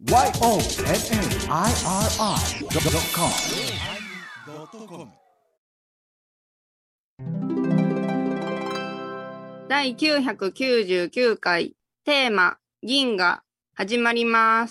YONNIRI.com 第999回テーマ銀河始まります。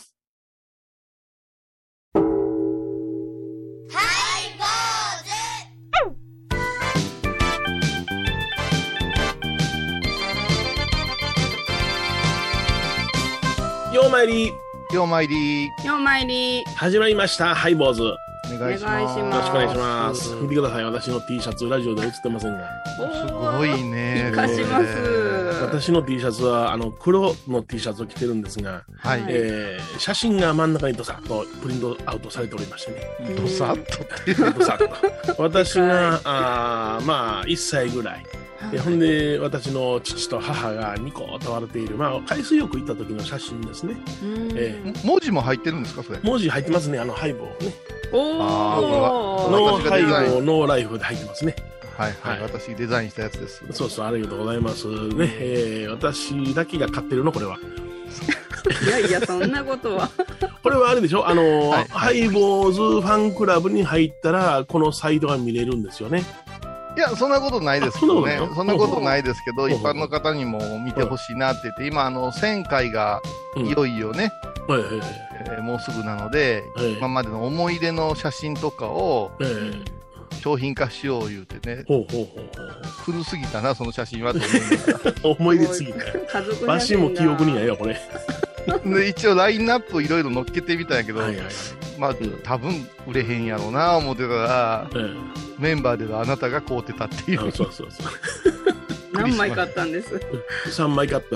ようまいりようまいりようまいり始まりましたハイボーズ。よお願いします。 ろしくお願いします。見てください、私の T シャツラジオで映ってませんが、 すごいね。 生かします。 私の T シャツは黒の T シャツを着てるんですが、 はい。 写真が真ん中にドサッとプリントアウトされておりましてね、 ドサッとってドサッと私がまあ1歳ぐらいほんで私の父と母がニコッと笑っている、まあ、海水浴行った時の写真ですね。 文字も入ってるんですかそれ？ 文字入ってますね。ハイボーね。 おノーハイボーノーライフで入ってますね。 はいはい、私デザインしたやつです。 そうそう、ありがとうございますね。私だけが買ってるのこれは。 いやいや、そんなことは。 これはあれでしょ、 はい、 ハイボーズファンクラブに入ったらこのサイトが見れるんですよね。 いや、そんなことないですけどね。そんなことないですけど、 一般の方にも見てほしいなって言って、今、1000回がいよいよね、もうすぐなので、今までの思い出の写真とかを商品化しよう言うてね、古すぎたな、その写真はと思いながら。 思い出すぎた。わしも記憶にないよ、これ。 で一応ラインナップいろいろ載っけてみたんやけど、まあ多分売れへんやろうな思ってたら、メンバーでのあなたが買うてたっていう。 そう何枚買ったんです？ 3 枚買った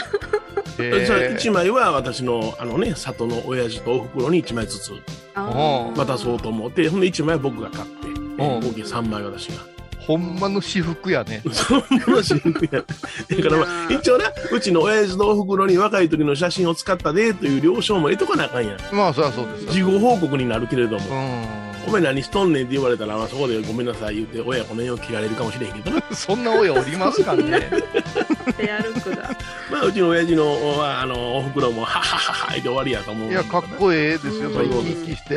。1枚は私の里の親父とお袋に1枚ずつ渡そうと思って、ほんで1枚は僕が買って、合計3枚私が。 ほんまの私服やね。 そんな私服や。だからまあ、一応な、うちの親父のお袋に若い時の写真を使ったでという了承も得とかなあかんやん。 まあ、そりゃそうです。 事後報告になるけれども、お前何しとんねんって言われたら、まあ、そこでごめんなさい言って、親子の縁を切られるかもしれへんけどな。 そんな親おりますかね。 ペアルックだ。 まあ、うちの親父のお袋も、ははははって終わりやと思う。 いや、かっこええですよ、それ生き生きして。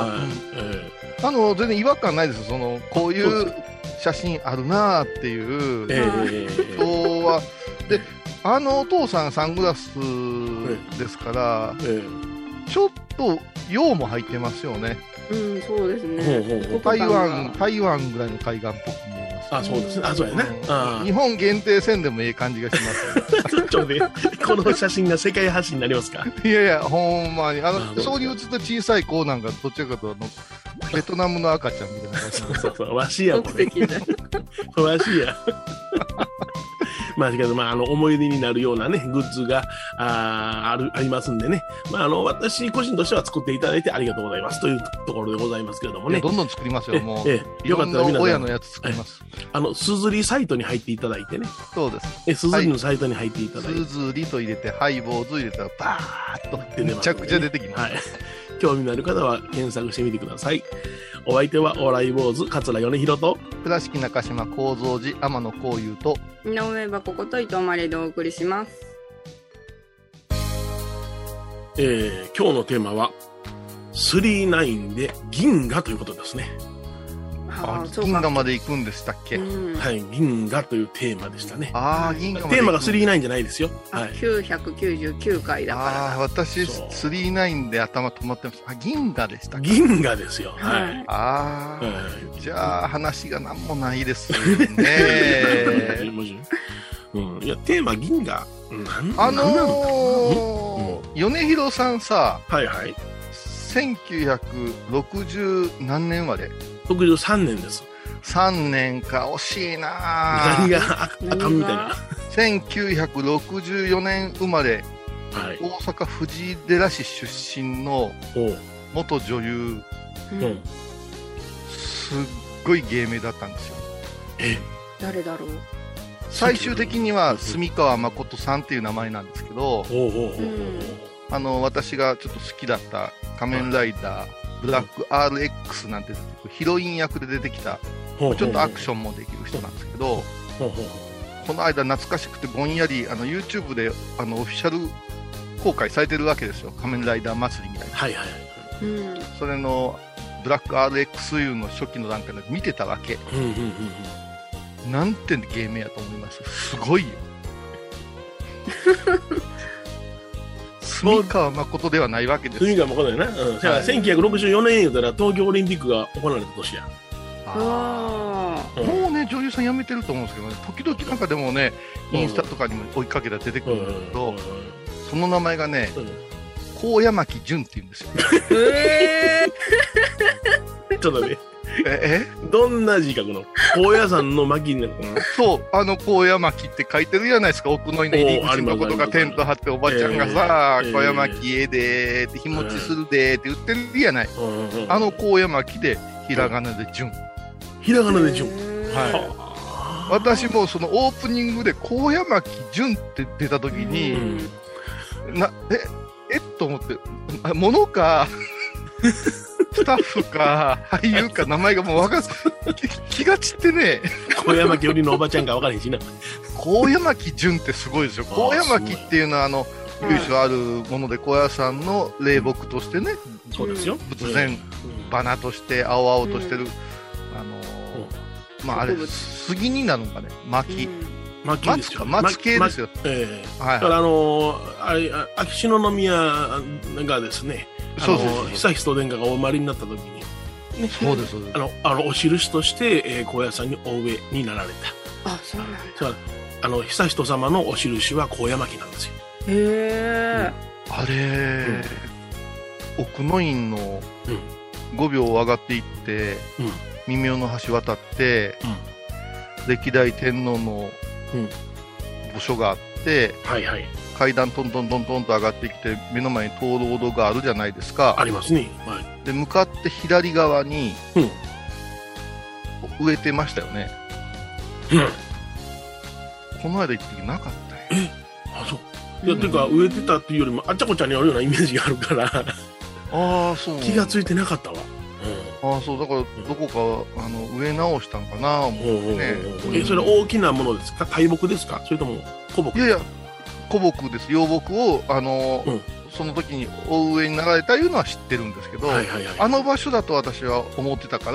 全然違和感ないですよ、こういう写真あるなーっていう人は。で、お父さんサングラスですから、ちょっと用も入ってますよね。 そうですね。 台湾ぐらいの海岸っぽく見えます。 あ、そうですね。そうやな。 日本限定せんでもええ感じがしますちょっとね、この写真が世界発信になりますか？ いやいや、ほんまに。そういう写った小さい子なんか、どちらかとベトナムの赤ちゃんみたいな感じ。 そう、わしや、これ。わしや。まあ、けど、思い出になるようなね、グッズが、ありますんでね。まあ、私個人としては作っていただいてありがとうございますというところでございますけれどもね。 どんどん作りますよ、もう。 よかったら皆さん。 親のやつ作ります。 すずりサイトに入っていただいてね。 そうです。 すずりのサイトに入っていただいて。 すずりと入れて、ハイボーズ入れたら、バーッと、めちゃくちゃ出てきます。はい。 興味のある方は検索してみてください。お相手はお笑い坊主桂米宏と倉敷中島幸三寺天野幸雄と井上箱こと伊藤まりでお送りします。 今日のテーマは39で銀河ということですね。 銀河まで行くんでしたっけ？ はい、銀河というテーマでしたね。 銀河までテーマが39じゃないですよ。 999回だから。 私39で頭止まってます。銀河でしたっけ？ 銀河ですよ。はい。 じゃあ話が何もないですね。 いや、テーマ銀河米広さんさ、1960何年まで 63年です。 3年か、惜しいな。 何があかんみたいな。 1964年生まれ、大阪藤寺市出身の元女優、すっごい芸名だったんですよ。 誰だろう。 最終的には住川誠さんっていう名前なんですけど、私がちょっと好きだった仮面ライダーブラック RX なんてヒロイン役で出てきたちょっとアクションもできる人なんですけど、この間懐かしくてぼんやりYouTube でオフィシャル公開されてるわけですよ。仮面ライダー祭りみたいな。 はいはいはい。 それのブラック RXU の初期の段階で見てたわけ。なんてゲームやと思います。すごいよ。住川誠ではないわけです。 住川誠だよな。1964年言うたら東京オリンピックが行われた年や。 もうね、女優さん辞めてると思うんですけどね、時々なんかでもね、インスタとかにも追いかけたら出てくるんだけど、その名前がね、高山木純って言うんですよ。 ちょっとね。どんな字書くの？高野山の巻になるかな。 そう、高野巻って書いてるじゃないですか。奥の入り口のことがテント張って、おばちゃんがさ、高野巻ええでーって日持ちするでーって言ってるじゃない。高野巻でひらがなで純。 ひらがなで純。 はい。私もそのオープニングで高野巻純って出た時に、と思って、ものか。スタッフか俳優か名前がもう分かんない気が散ってね。 高山木よりのおばちゃんか分からへんしな。 高山木純ってすごいですよ。高山木っていうのは由緒あるもので、高野山の霊木としてね、 そうですよ。 仏前花として青々としてる、まああれ杉になるのかね、薪。松か松系ですよ。 だから秋篠宮がですね、悠仁殿下がお生まれになった時に、 ね、そうですそうです。 お印として、高野山にお植えになられた。 あ、そうなんだ。 悠仁様のお印は高山木なんですよ。 へえ。 あれ、奥の院の5秒上がっていって、微妙の橋渡って、歴代天皇の墓所があって、階段トントントントンと上がってきて、目の前に灯籠戸があるじゃないですか。 ありますね。 で、向かって左側に、植えてましたよね。この間行った時なかったよ。 あ、そう。いや、ていうか、植えてたっていうよりも、あっちゃこっちゃにあるようなイメージがあるから、 そう。 気がついてなかったわ。 そう、だから、どこか、植え直したんかな、思ってね。 それ大きなものですか？大木ですか？それとも古木？ いやいや、古木です。幼木を、その時にお植えになられたいうのは知ってるんですけど、あの場所だと私は思ってたから。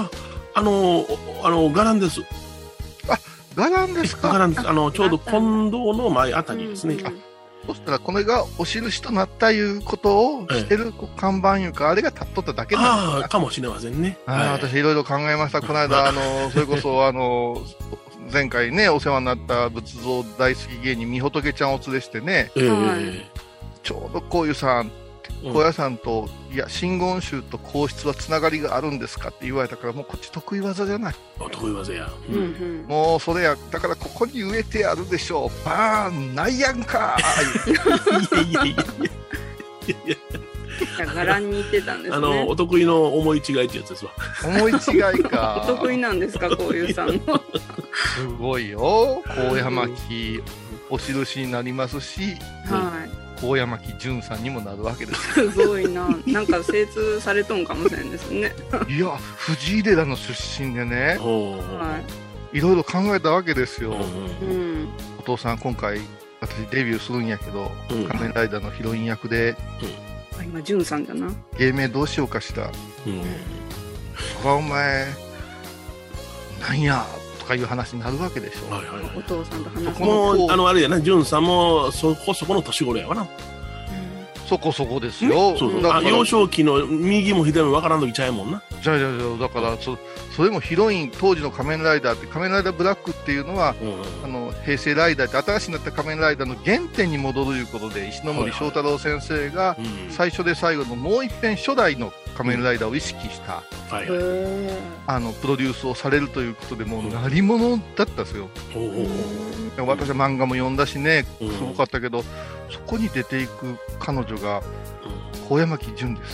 伽藍です。 伽藍ですか？ 伽藍です。ちょうど近藤の前あたりですね。 そしたらこれがお印となったいうことをしてる看板いうか、あれが立っとっただけなんですか？ かもしれませんね。 私いろいろ考えました。この間、それこそ前回ね、お世話になった仏像大好き芸人みほとけちゃんをお連れしてね、ちょうどこういうさん、高野山と、いや、真言宗と皇室はつながりがあるんですかって言われたから、もうこっち得意技じゃない。 得意技や。 もうそれや、だからここに植えてやるでしょう。バーンないやんか伽藍に行ってたんですね。 お得意の思い違いってやつですわ。 思い違いか。 お得意なんですか、こういうさんの。 すごいよ。高山木、お印になりますし、高山木純さんにもなるわけです。 すごいな。なんか精通されとんかもしれんですね。 いや、藤井寺の出身でね、いろいろ考えたわけですよ。お父さん、今回、私デビューするんやけど、仮面ライダーのヒロイン役で、 今、純さんだな。 芸名どうしようかしら。そらお前、なんや、とかいう話になるわけでしょ。 お父さんと話すもう、あれやな、純さんもそこの年頃やわな。 そこそこですよ。 幼少期の右も左も分からんときちゃうもんな。 じゃだからそれもヒロイン、当時の仮面ライダーって、仮面ライダーブラックっていうのは、平成ライダーって新しくなった仮面ライダーの原点に戻るということで、石ノ森章太郎先生が最初で最後のもう一遍初代の仮面ライダーを意識したプロデュースをされるということで、もう鳴り物だったんですよ。私は漫画も読んだしね、すごかったけど、そこに出ていく彼女が高山木純です。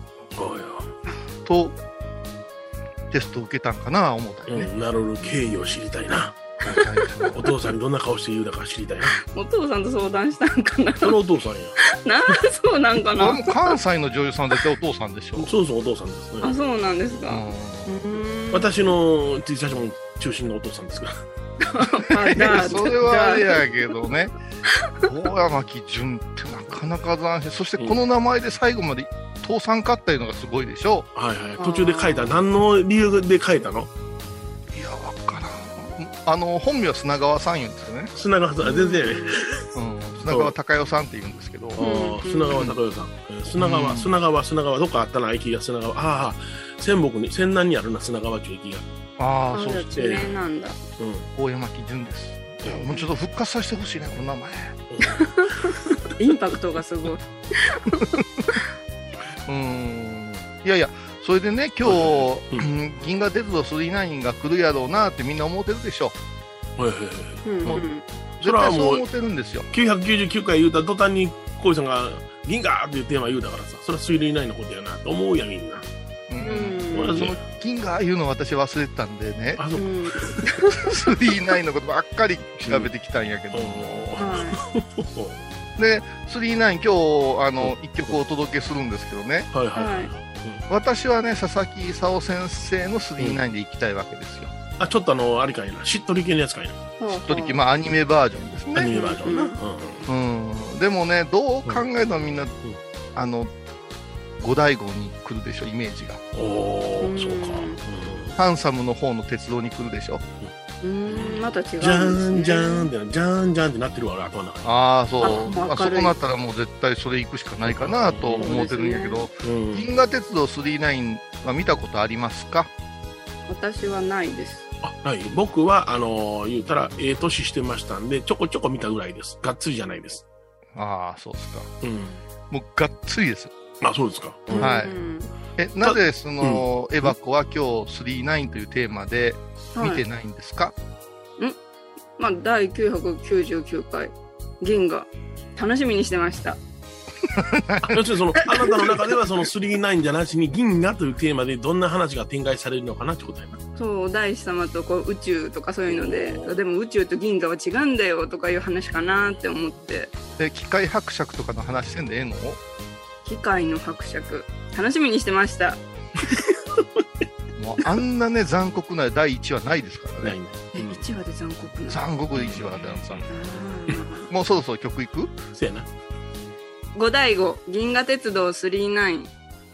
とテストを受けたんかな思ったりね。 なるほど、経緯を知りたいな。お父さんにどんな顔して言うだか知りたいな。 お父さんと相談したんかな。 そのお父さんや。 そうなんかな。 関西の女優さんだってお父さんでしょ。 そうそう、お父さんですね。 そうなんですか。 私のTシャツも中心のお父さんですから。 それはあれやけどね。大山木純ってなかなか斬新。そしてこの名前で最後まで通さんかったいうのがすごいでしょ。 はいはい。途中で書いた。何の理由で書いたの？ いや、わからん。本名は砂川さん言うんですよね。 砂川さん、全然。 砂川隆代さんって言うんですけど。 砂川隆代さん。砂川、どっかあったな、駅が砂川。ああ、仙南にあるな、砂川中駅が。 ああ、そうですね。なんだ。 大山木純です。もうちょっと復活させてほしいね、この名前。 インパクトがすごい。 いやいや、それでね、今日、銀河鉄道999が来るやろうなってみんな思ってるでしょ。それはもう思ってるんですよ。 999回言うた途端に小井さんが銀河っていうテーマ言うだからさ、それは999のことやなと思うやみんな。 その銀河いうの私忘れてたんでね、999のことばっかり調べてきたんやけども。で、999今日1曲お届けするんですけどね。私はね、佐々木功先生の999で行きたいわけですよ。 あ、ちょっとあれかいな、しっとり系のやつかいな。 しっとり系、まあアニメバージョンですね。 アニメバージョンな。 でもね、どう考えてもみんな、五醍醐に来るでしょ、イメージが。 そうか。 ハンサムの方の鉄道に来るでしょ。 また違うんですね。 じゃんじゃんってじゃんじゃんってなってるわ、頭の中に。 ああ、そう。そこなったらもう絶対それ行くしかないかなと思ってるんやけど、銀河鉄道999は見たことありますか？ 私はないです。 はい。僕は言うたら年してましたんで、ちょこちょこ見たぐらいです。がっつりじゃないです。 ああ、そうですか。もうがっつりですよ。 そうですか。 はい。なぜエバコは今日999というテーマで見てないんですか？ まあ、第999回銀河楽しみにしてました。 要するにあなたの中では999じゃなしに銀河というテーマでどんな話が展開されるのかなってことやな。 そう、大師様と宇宙とかそういうので、でも宇宙と銀河は違うんだよとかいう話かなって思って。 機械伯爵とかの話してんでええの？ 機械の伯爵楽しみにしてました。 もうあんなね残酷な第1話ないですからね。 1話で残酷な。 残酷で1話でもうそろそろ曲いく？ そうやな。 五醍醐銀河鉄道999。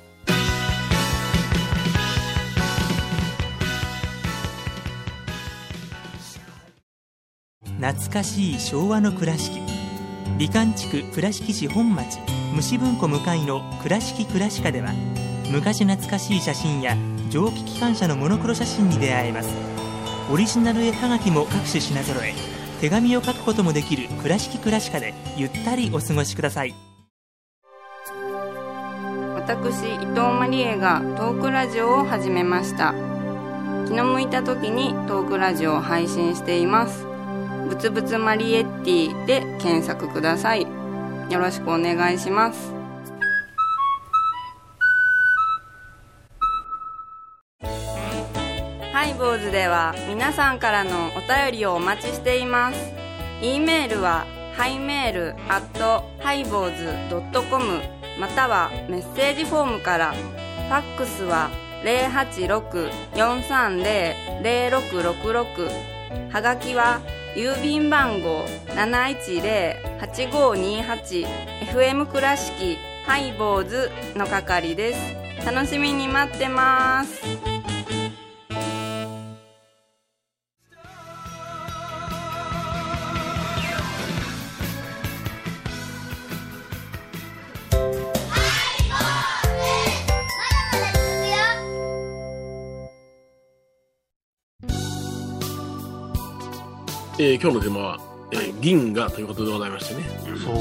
懐かしい昭和の倉敷。美観地区倉敷市本町虫文庫向かいの倉敷倉歯科では、昔懐かしい写真や蒸気機関車のモノクロ写真に出会えます。オリジナル絵はがきも各種品揃え、手紙を書くこともできる倉敷倉歯科でゆったりお過ごしください。 私伊藤マリエがトークラジオを始めました。気の向いた時にトークラジオを配信しています。ぶつぶつマリエッティで検索ください。よろしくお願いします。ハイボーズでは皆さんからのお便りをお待ちしています。 E メールはハイメール@highboz.com またはメッセージフォームから。ファックスは 086-430-0666。はがきは郵便番号 710-8528 FM 倉敷ハイボーズの係です。楽しみに待ってます。 今日のテーマは、銀河ということでございましてね。 そう、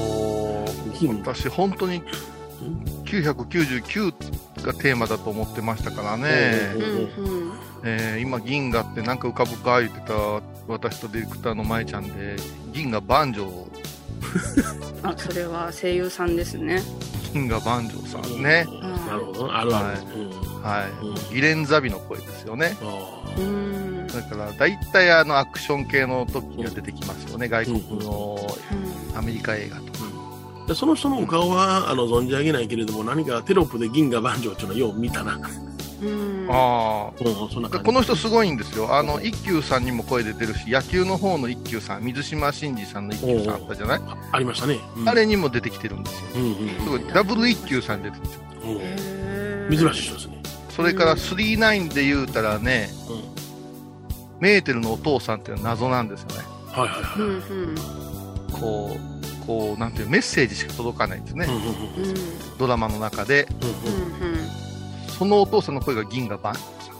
私本当に999がテーマだと思ってましたからね。今銀河ってなんか浮かぶか言ってた私とディレクターの舞ちゃんで、銀河万丈あ、それは声優さんですね。 銀河万丈さんね。 なるほど、あるある。 はい。ギレンザビの声ですよね。だから大体アクション系の時が出てきますよね、外国のアメリカ映画とか。 でその人のお顔は存じ上げないけれども、何かテロップで銀河万丈っていうのはよう見たな。 ああ、この人すごいんですよ。一休さんにも声出てるし、野球の方の一休さん、水島新司さんの一休さんあったじゃない？ ありましたね。 あれにも出てきてるんですよ。すごいダブル一休さん出てるんですよ。珍しい人ですね。 それから39で言うたらね、メーテルのお父さんっていうのは謎なんですよね。 はいはいはい。 こうなんていうメッセージしか届かないんですね。ドラマの中で。そのお父さんの声が銀河バン。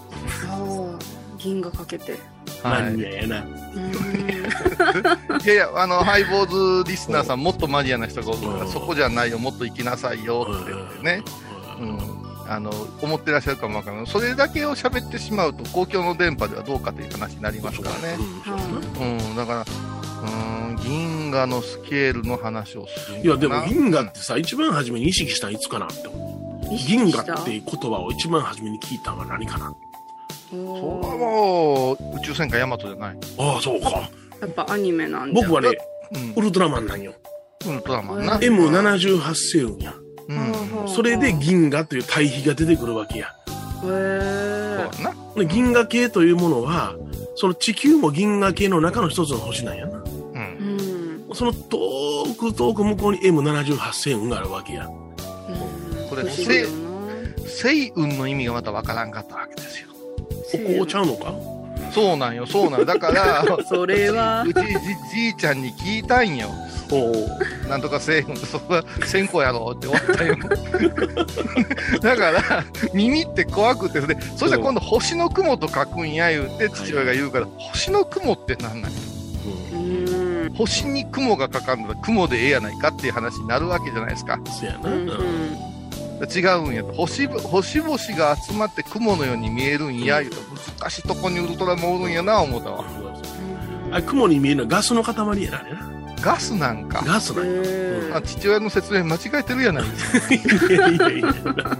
銀河かけて。 マニアやな。 いやいや、ハイボーズリスナーさんもっとマニアな人がおるから、そこじゃないよ、もっと行きなさいよって言ってね。思ってらっしゃるかもわからない。それだけを喋ってしまうと公共の電波ではどうかという話になりますからね。だから銀河のスケールの話をする。 いやでも銀河ってさ、一番初めに意識したのいつかなって思う。銀河っていう言葉を一番初めに聞いたのは何かな。 それはもう宇宙戦艦ヤマトじゃない。 ああ、そうか。 やっぱアニメなんだ。 僕はね、ウルトラマンなんよ。 ウルトラマンな。 M78 星雲や。それで銀河という対比が出てくるわけや。 そうだな。銀河系というものは、その地球も銀河系の中の一つの星なんやな。その遠く遠く向こうに M78 星雲があるわけや。 これ星雲の意味がまたわからんかったわけですよ。 こうちゃうのか。 そうなんよ。だからそれはうちじいちゃんに聞いたんよ。なんとか星雲ってそこが1000個やろって終わったよ。だから耳って怖くて、そしたら今度星の雲と書くんや言うて父親が言うから、星の雲って何なんや。星に雲がかかるのは雲でええやないかっていう話になるわけじゃないですか。 そうやな。 違うんやと。星々が集まって雲のように見えるんや言うと、難しいとこにウルトラもおるんやな思ったわ。 雲に見えるのはガスの塊やな。 ガスなんか。 ガスなんや。 父親の説明間違えてるやないですか。いや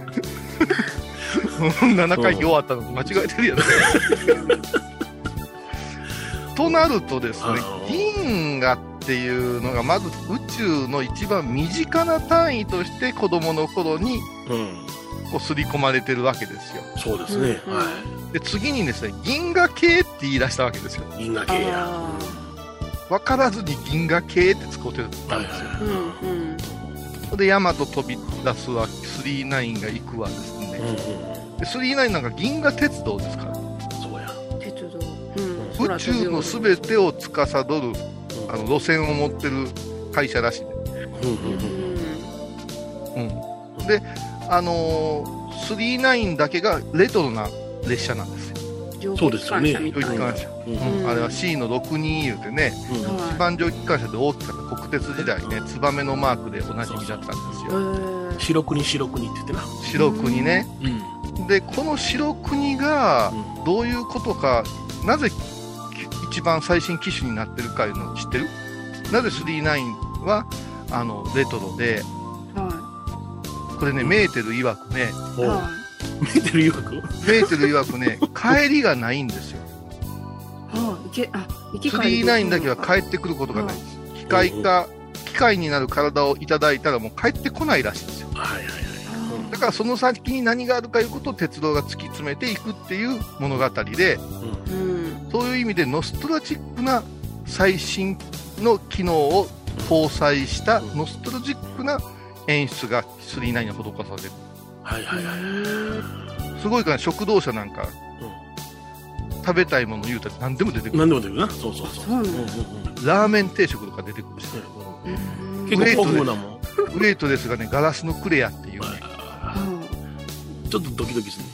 7回弱ったのに間違えてるやないですか。となるとですね、銀河っていうのがまず宇宙の一番身近な単位として子供の頃にこう刷り込まれてるわけですよ。 そうですね。 で次にですね、銀河系って言い出したわけですよ。 銀河系や。 分からずに銀河系って使ってたんですよ。でヤマト飛び出すわ、39が行くわですね。で39なんか銀河鉄道ですから。宇宙のすべてを司る路線を持ってる会社らしいね。で、39だけがレトロな列車なんですよ。そうですよね。 蒸気機関車。あれは C の62言うてね、一番蒸気機関車で大きかった国鉄時代ね、ツバメのマークでおなじみだったんですよ。 白国って言ってな。 白国ね。で、この白国がどういうことか、なぜ一番最新機種になってるかいうのを知ってる？なぜ39はレトロで、これね、メーテル曰くね、 メーテル曰くね、帰りがないんですよ。39だけは帰ってくることがないんです。機械になる体をいただいたらもう帰ってこないらしいんですよ。だからその先に何があるかいうことを鉄道が突き詰めていくっていう物語で、そういう意味でノストラジックな最新の機能を搭載したノストラジックな演出が39に施される。すごいから、食堂車なんか、食べたいもの言うたら何でも出てくる。 何でも出てくるな。そう。 ラーメン定食とか出てくるし、 結構豊富なもん。 ウェイトですがね、ガラスのクレアっていうね。 ちょっとドキドキする。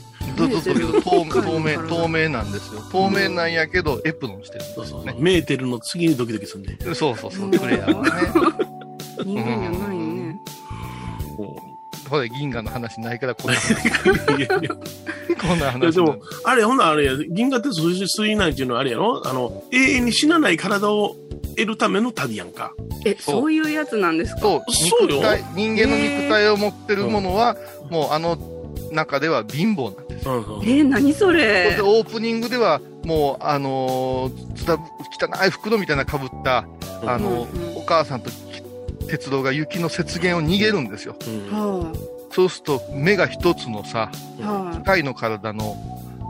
透明なんですよ。透明なんやけどエプロンしてる。 メーテルの次にドキドキするね。 そうクレアはね。 人間じゃないね。 ほら銀河の話ないからこんな話。こんな話。 でもあれや、銀河鉄道39っていうのはあれやろ。永遠に死なない体を得るための旅やんか。 そういうやつなんですか？ そうよ。 人間の肉体を持ってるものはもう中では貧乏なんですよ。 何それ。 オープニングではもう汚い袋みたいなかぶったお母さんと鉄道が雪の雪原を逃げるんですよ。そうすると目が一つのさ、機械の体の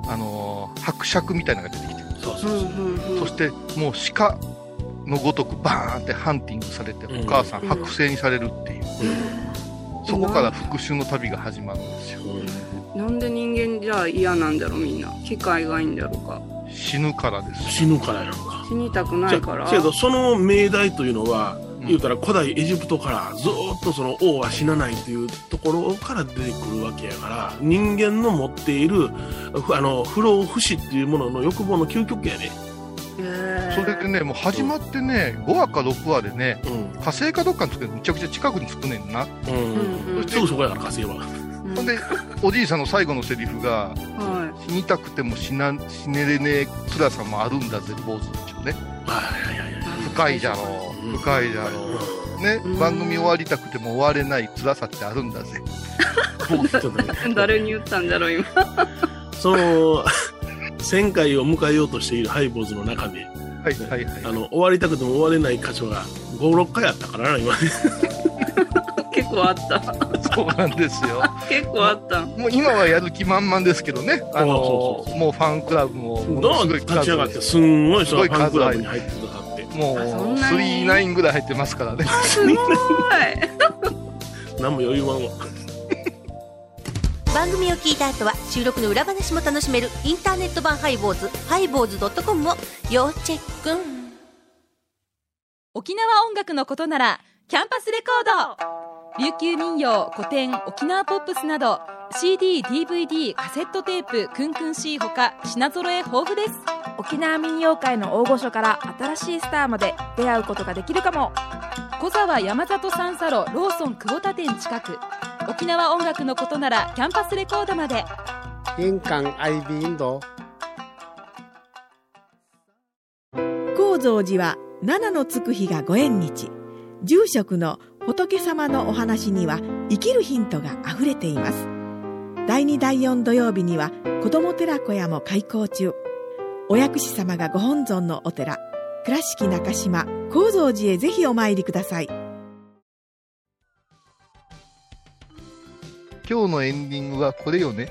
伯爵みたいなのが出てきて、 そうそうそう。 そしてもう鹿のごとくバーンってハンティングされて、お母さん剥製にされるっていう、そこから復讐の旅が始まるんですよ。 なんで人間じゃあ嫌なんだろう、みんな。機械がいいんだろうか。 死ぬからです。 死ぬからやんか。 死にたくないから。 けどその命題というのは、言うたら古代エジプトからずっとその王は死なないというところから出てくるわけやから、人間の持っている不老不死っていうものの欲望の究極やね。 それでね、もう始まってね、5話か6話でね、火星かどっかにつくめちゃくちゃ近くにつくねんな。 すぐそこやから火星は。 ほんでおじいさんの最後のセリフが、死にたくても死ねれねえ辛さもあるんだぜ坊主でしょうね。深いじゃろう、深いじゃろう、ね、番組終わりたくても終われない辛さってあるんだぜ。 誰に言ったんだろう今。 その1000回を迎えようとしているハイボーズの中で、終わりたくても終われない箇所が5、6回あったからな今ね。 結構あった。 そうなんですよ。 結構あった。 もう今はやる気満々ですけどね。もうファンクラブもすごい立ち上がって、すんごい人がファンクラブに入ってくださって、 もう39ぐらい入ってますからね。 すごい。 何も余裕はんわ。 番組を聞いた後は収録の裏話も楽しめるインターネット版ハイボーズ、ハイボーズ.com を要チェック。 沖縄音楽のことならキャンパスレコード、琉球民謡、古典、沖縄ポップスなど CD、DVD、カセットテープ、クンクン C ほか品揃え豊富です。 沖縄民謡界の大御所から新しいスターまで出会うことができるかも。 小沢山里三佐路ローソン久保田店近く。沖縄音楽のことならキャンパスレコードまで。 印鑑 IB インド。 高蔵寺は七のつく日がご縁日。住職の仏様のお話には生きるヒントがあふれています。第2第4土曜日には子ども寺小屋も開校中。お薬師様がご本尊のお寺、倉敷中島・高蔵寺へぜひお参りください。 今日のエンディングはこれよね。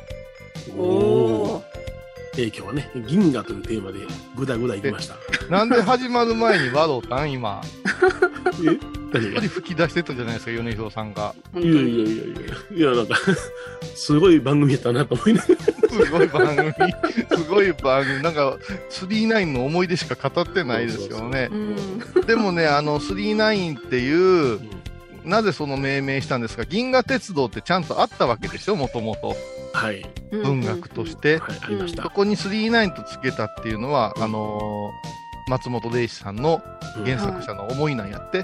今日はね、銀河というテーマでぐだぐだいきました。 なんで始まる前に笑うたん今。 何が吹き出してたじゃないですか、米広さんが。 いやなんかすごい番組やったなと思いながら。 すごい番組、なんか39の思い出しか語ってないですよね。でもね、39っていう、なぜその命名したんですか。銀河鉄道ってちゃんとあったわけでしょ、もともと。 はい。 文学として、 ありました。 そこに39とつけたっていうのは、松本零士さんの原作者の思いなんやって。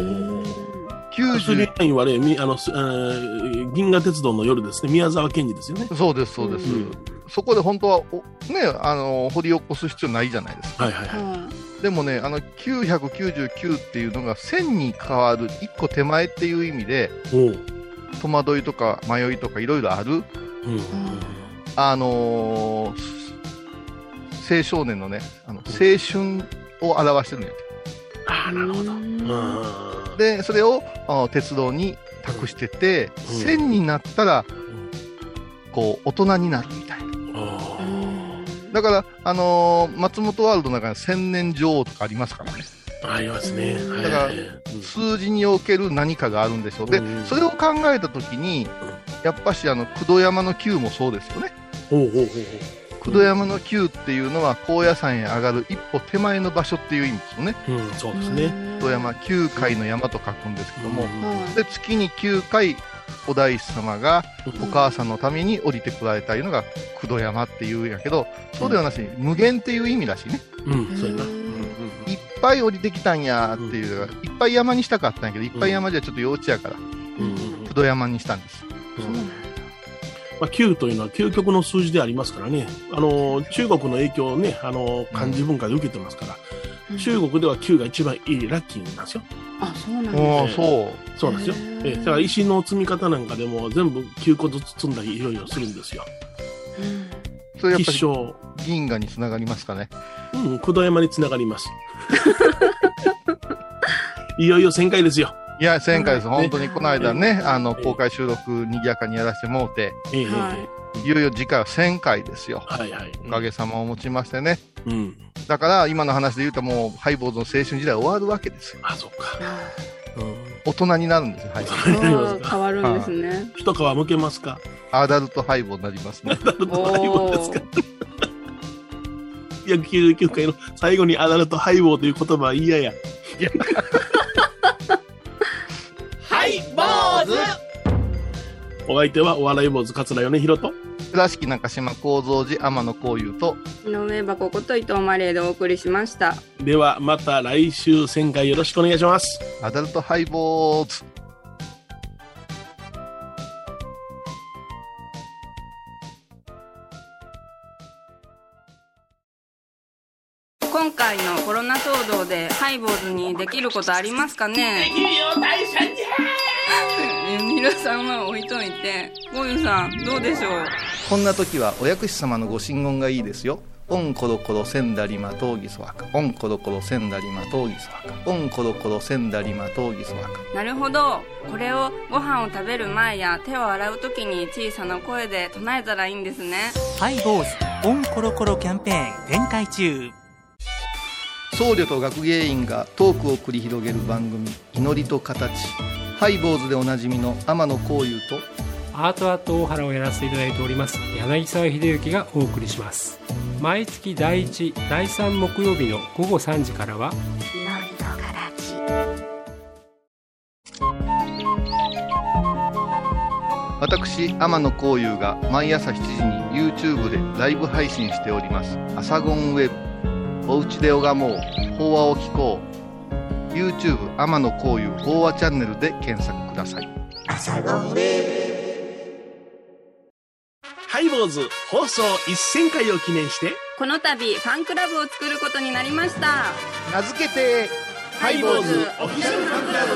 39はね、銀河鉄道の夜ですね。宮沢賢治ですよね。 そうです、そうです。そこで本当はね、掘り起こす必要ないじゃないですか。でもね、999っていうのが1000に変わる1個手前っていう意味で、戸惑いとか迷いとかいろいろある、青少年のね、青春を表してるんやて。 なるほど。 で、それを鉄道に託してて、1000になったら、こう、大人になるみたいな。だから、松本ワールドの中に千年女王とかありますからね。 ありますね。 だから、数字における何かがあるんでしょう。で、それを考えたときに、やっぱし、九度山の9もそうですよね。九度山の9っていうのは、高野山へ上がる一歩手前の場所っていう意味ですよね。 そうですね。 九度山、9階の山と書くんですけども、で、月に9回、お大師様がお母さんのために降りてこられたいうのが九度山っていうんやけど、そうではなしに無限っていう意味らしいね。 そうやな。 いっぱい降りてきたんやっていう、いっぱい山にしたかったんやけど、いっぱい山じゃちょっと幼稚やから、九度山にしたんです。 9というのは究極の数字でありますからね。中国の影響をね、漢字文化で受けてますから、中国では9が一番いいラッキーなんですよ。 そうなんですね。そうなんですよ。だから石の積み方なんかでも全部9個ずつ積んだりいろいろするんですよ。 それやっぱり銀河につながりますかね。 九度山につながります。いよいよ1000回ですよ。 いや、1000回です。本当にこの間ね、公開収録賑やかにやらせてもうて、 いよいよ次回は1000回ですよ。 はいはい。 おかげさまをもちましてね。 うん。 だから今の話で言うともうハイボーズの青春時代終わるわけですよ。 あ、そっか。 大人になるんですよ、ハイボーズ。変わるんですね。 一皮むけますか？ アダルトハイボーになりますね。 アダルトハイボーですか？99回の最後にアダルトハイボーという言葉は嫌や。 ハイボーズ。 お相手はお笑い坊主桂米宏と倉敷中島幸三寺天野幸雄と井上箱こと伊藤マリエでお送りしました。 ではまた来週1000回よろしくお願いします。 アダルトハイボーズ。 今回のコロナ騒動でハイボーズにできることありますかね？ できるよ大社じゃー。皆さんは置いといて、ゴユさんどうでしょう？ こんな時はお薬師様のご神言がいいですよ。オンコロコロセンダリマトーギソワカ、オンコロコロセンダリマトーギソワカ、オンコロコロセンダリマトーギソワカ。 なるほど。これをご飯を食べる前や手を洗う時に小さな声で唱えたらいいんですね。 ハイボーズオンコロコロキャンペーン展開中。 僧侶と学芸員がトークを繰り広げる番組、祈りと形。ハイボーズでおなじみの天野幸雄とアートアート大原をやらせていただいております柳沢秀幸がお送りします。毎月第1、第3木曜日の午後3時からは祈りと形。 私天野幸雄が毎朝7時に YouTube でライブ配信しておりますアサゴンウェブ。おうちで拝もう法話を聞こう。 YouTube 天野幸雄法話チャンネルで検索ください。 アサゴンウェブ。 ハイボーズ放送1000回を記念してこの度ファンクラブを作ることになりました。 名付けてハイボーズオフィシャルファンクラブ。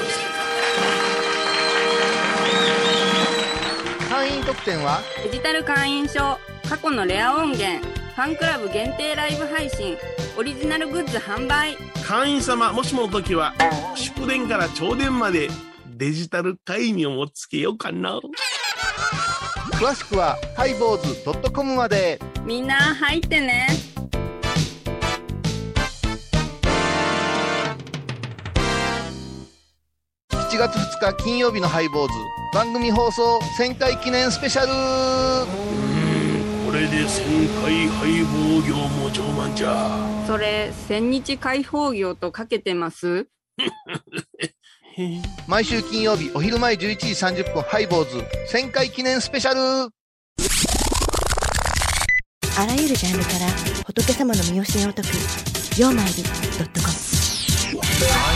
会員特典はデジタル会員証、過去のレア音源、ファンクラブ限定ライブ配信、オリジナルグッズ販売。 会員様もしもの時は祝電から朝電までデジタル会員をもつけようかな。 詳しくはハイボーズ .com まで。 みんな入ってね。 7月2日金曜日のハイボーズ番組放送1000回記念スペシャル。 これで1000回ハイボー業も上満じゃ。 それ千日開放業とかけてます？ 毎週金曜日お昼前11時30分ハイボーズ1000回記念スペシャル。 あらゆるジャンルから仏様の身教えを解く曜マイル.com。